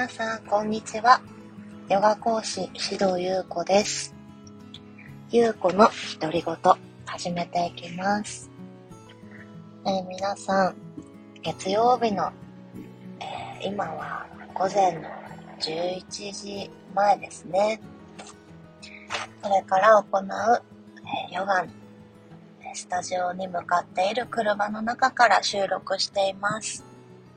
皆さんこんにちは。ヨガ講師指導ゆうこです。ゆうこの独り言始めていきます。皆さん月曜日の、今は午前の11時前ですね。これから行う、ヨガのスタジオに向かっている車の中から収録しています。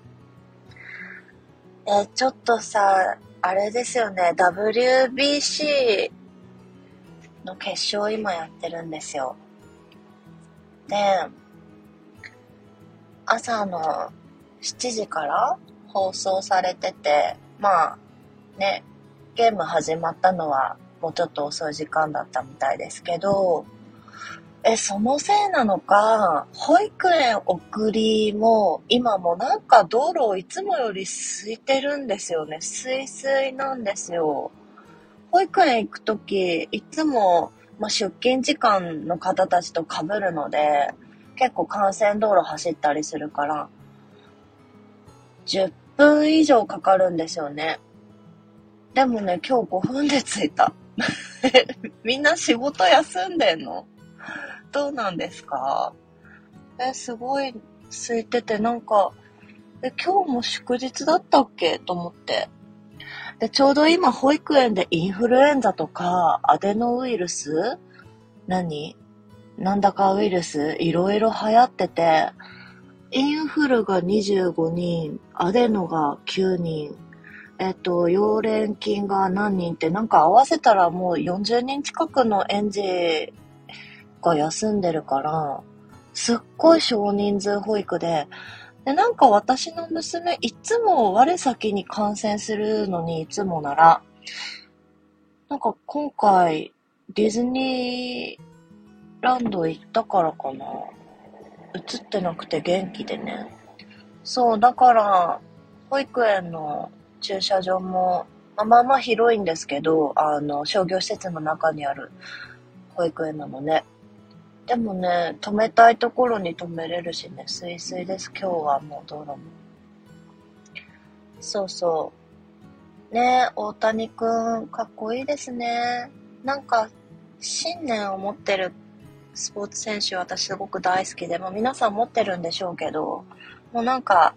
ちょっとさ、あれですよね、WBC の決勝今やってるんですよ。で、朝の7時から放送されてて、まあね、ゲーム始まったのはもうちょっと遅い時間だったみたいですけど、そのせいなのか、保育園送りも今もなんか道路いつもより空いてるんですよね。すいすいなんですよ。保育園行くとき、いつも、出勤時間の方たちと被るので、結構幹線道路走ったりするから、10分以上かかるんですよね。でもね、今日5分で着いた。みんな仕事休んでんの？どうなんですか？すごい空いてて、なんか、今日も祝日だったっけと思って。で、ちょうど今保育園でインフルエンザとか、アデノウイルスなんだかウイルスいろいろ流行ってて、インフルが25人、アデノが9人、溶連菌が何人ってなんか合わせたらもう40人近くの園児が休んでるから、すっごい少人数保育で、なんか私の娘いつも我先に感染するのにいつもなら、なんか今回ディズニーランド行ったからかな。映ってなくて元気でね。そう、だから保育園の駐車場もまあまあ広いんですけど、商業施設の中にある保育園なのね。でもね、止めたいところに止めれるしね、すいすいです。今日はもう道路も。そうそう。ね、大谷くん、かっこいいですね。なんか、信念を持ってるスポーツ選手、私すごく大好きで、皆さん持ってるんでしょうけど、もうなんか、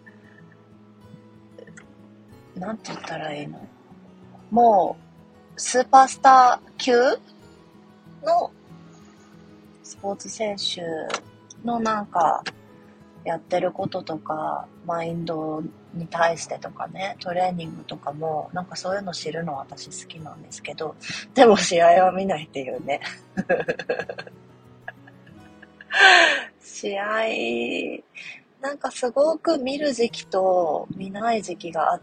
なんて言ったらいいの？もう、スーパースター級のスポーツ選手のなんか、やってることとか、マインドに対してとかね、トレーニングとかも、なんかそういうの知るの私好きなんですけど、でも試合は見ないっていうね。試合、なんかすごく見る時期と見ない時期があって、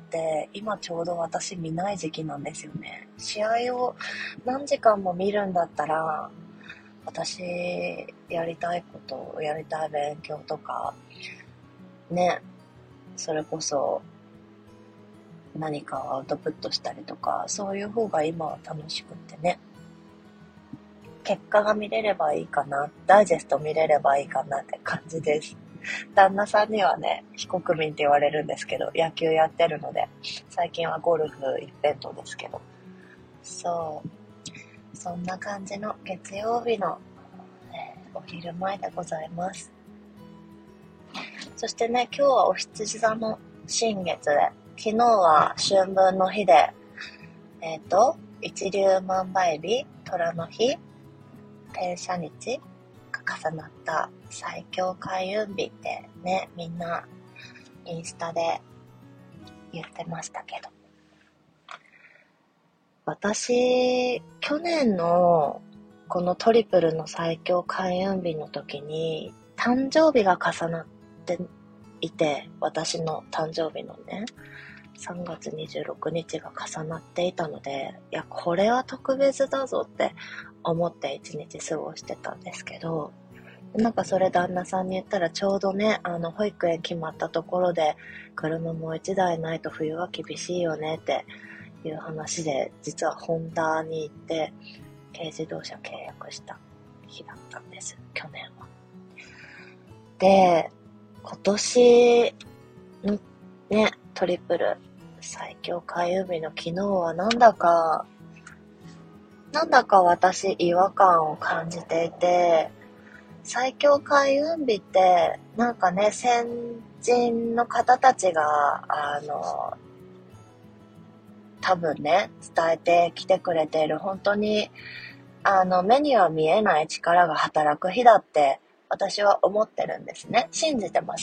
今ちょうど私見ない時期なんですよね。試合を何時間も見るんだったら、私やりたいこと、やりたい勉強とか、ね、それこそ何かをアウトプットしたりとか、そういう方が今は楽しくってね。結果が見れればいいかな、ダイジェスト見れればいいかなって感じです。旦那さんにはね、非国民って言われるんですけど、野球やってるので、最近はゴルフ一辺倒ですけど。そう。そんな感じの月曜日の、お昼前でございます。そしてね、今日はお羊座の新月で、昨日は春分の日で、一粒万倍日、虎の日、天赦日が重なった最強開運日ってね、みんなインスタで言ってましたけど、私去年のこのトリプルの最強開運日の時に誕生日が重なっていて、私の誕生日のね3月26日が重なっていたので、いやこれは特別だぞって思って一日過ごしてたんですけど、なんかそれ旦那さんに言ったらちょうどね、保育園決まったところで車もう1台ないと冬は厳しいよねっていう話で、実はホンダに行って軽自動車契約した日だったんです、去年は。で、今年のね、トリプル最強開運日の昨日はなんだか私違和感を感じていて、最強開運日ってなんかね、先人の方たちが多分ね伝えてきてくれている、本当に目には見えない力が働く日だって私は思ってるんですね。信じてます。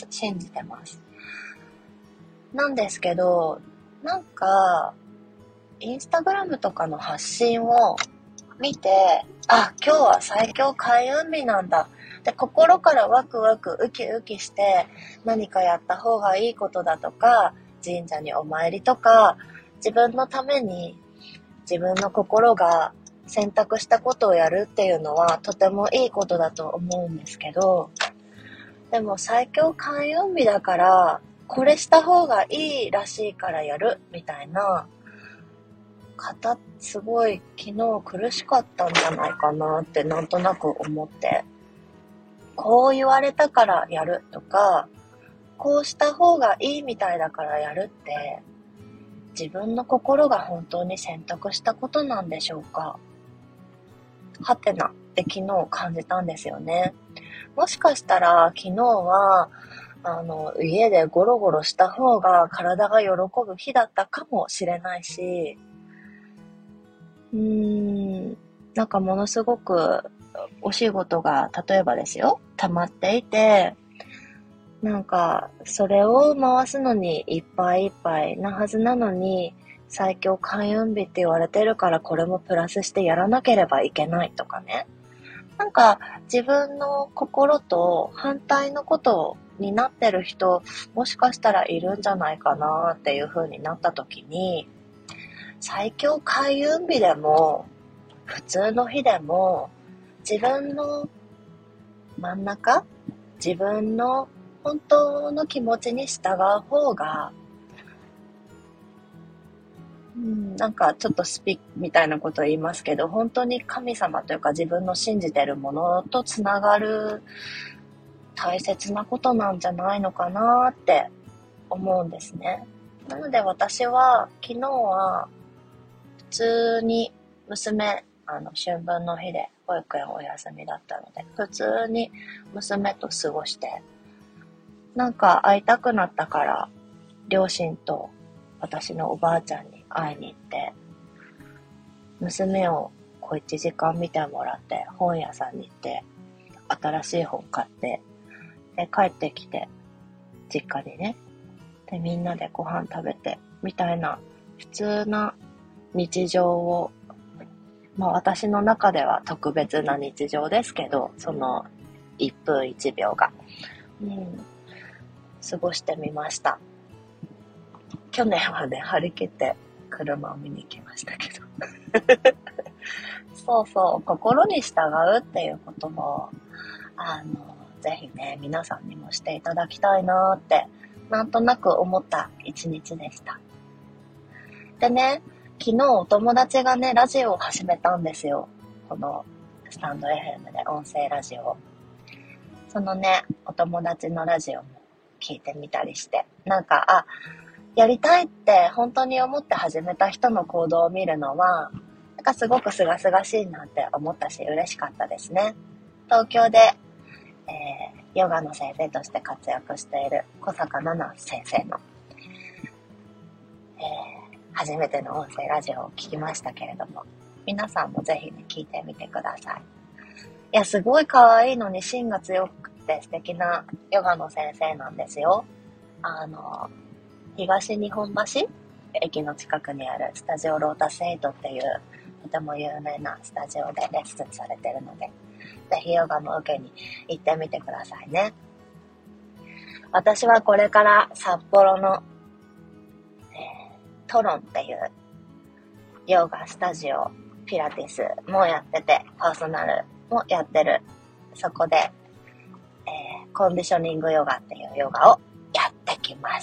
なんですけど、なんかインスタグラムとかの発信を見て、あ、今日は最強開運日なんだ。で、心からワクワクウキウキして何かやった方がいいことだとか、神社にお参りとか、自分のために自分の心が選択したことをやるっていうのはとてもいいことだと思うんですけど、でも最強開運日だからこれした方がいいらしいからやるみたいな方、すごい昨日苦しかったんじゃないかなってなんとなく思って、こう言われたからやるとか、こうした方がいいみたいだからやるって自分の心が本当に選択したことなんでしょうか。はてなって昨日感じたんですよね。もしかしたら昨日は家でゴロゴロした方が体が喜ぶ日だったかもしれないし、なんかものすごくお仕事が例えばですよ溜まっていて、なんかそれを回すのにいっぱいいっぱいなはずなのに、最強開運日って言われてるからこれもプラスしてやらなければいけないとかね、なんか自分の心と反対のことになってる人、もしかしたらいるんじゃないかなっていう風になった時に、最強開運日でも普通の日でも自分の真ん中、自分の本当の気持ちに従う方が、なんかちょっとスピみたいなことを言いますけど、本当に神様というか自分の信じてるものとつながる大切なことなんじゃないのかなって思うんですね。なので私は昨日は普通に娘、春分の日で保育園お休みだったので、普通に娘と過ごして、なんか会いたくなったから両親と私のおばあちゃんに会いに行って、娘を小1時間見てもらって、本屋さんに行って新しい本買って、で帰ってきて実家にね、でみんなでご飯食べてみたいな普通な日常を、私の中では特別な日常ですけど、その1分1秒が、過ごしてみました。去年はね、張り切って車を見に行きましたけどそうそう、心に従うっていうこともぜひね、皆さんにもしていただきたいなって、なんとなく思った一日でした。でね、昨日お友達がね、ラジオを始めたんですよ。このスタンド FM で音声ラジオ。そのね、お友達のラジオも聞いてみたりして、なんか、やりたいって本当に思って始めた人の行動を見るのは、なんかすごく清々しいなって思ったし、嬉しかったですね。東京でヨガの先生として活躍している小坂奈々先生の、初めての音声ラジオを聞きましたけれども、皆さんもぜひね、聞いてみてください。いや、すごい可愛いのに芯が強くて素敵なヨガの先生なんですよ。東日本橋駅の近くにあるスタジオロータス8っていうとても有名なスタジオでレッスンされてるので、ぜひヨガも受けに行ってみてくださいね。私はこれから札幌の、トロンっていうヨガスタジオ、ピラティスもやってて、パーソナルもやってる。そこで、コンディショニングヨガっていうヨガをやってきます。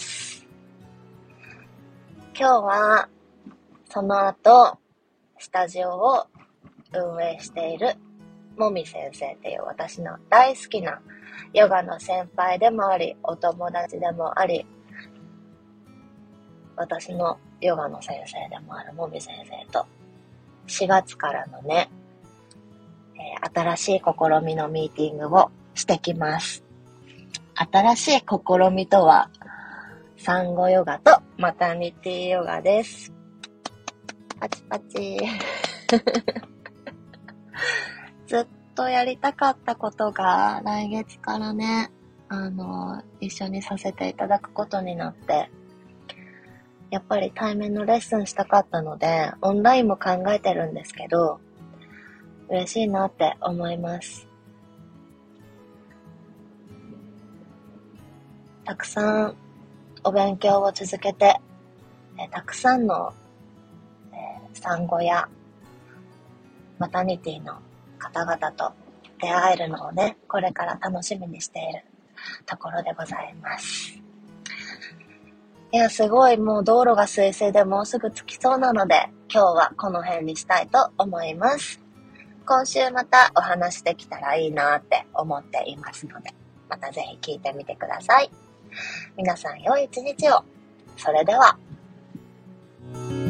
今日はその後スタジオを運営しているもみ先生っていう私の大好きなヨガの先輩でもあり、お友達でもあり、私のヨガの先生でもあるもみ先生と4月からのね、新しい試みのミーティングをしてきます。新しい試みとは、産後ヨガとマタニティヨガです。パチパチ。ずっとやりたかったことが来月からね、一緒にさせていただくことになって、やっぱり対面のレッスンしたかったので、オンラインも考えてるんですけど、嬉しいなって思います。たくさんお勉強を続けて、たくさんの、産後やマタニティの方々と出会えるのをね、これから楽しみにしているところでございます。いや、すごいもう道路が水々でもうすぐ着きそうなので、今日はこの辺にしたいと思います。今週またお話できたらいいなって思っていますので、またぜひ聞いてみてください。皆さん良い一日を。それでは。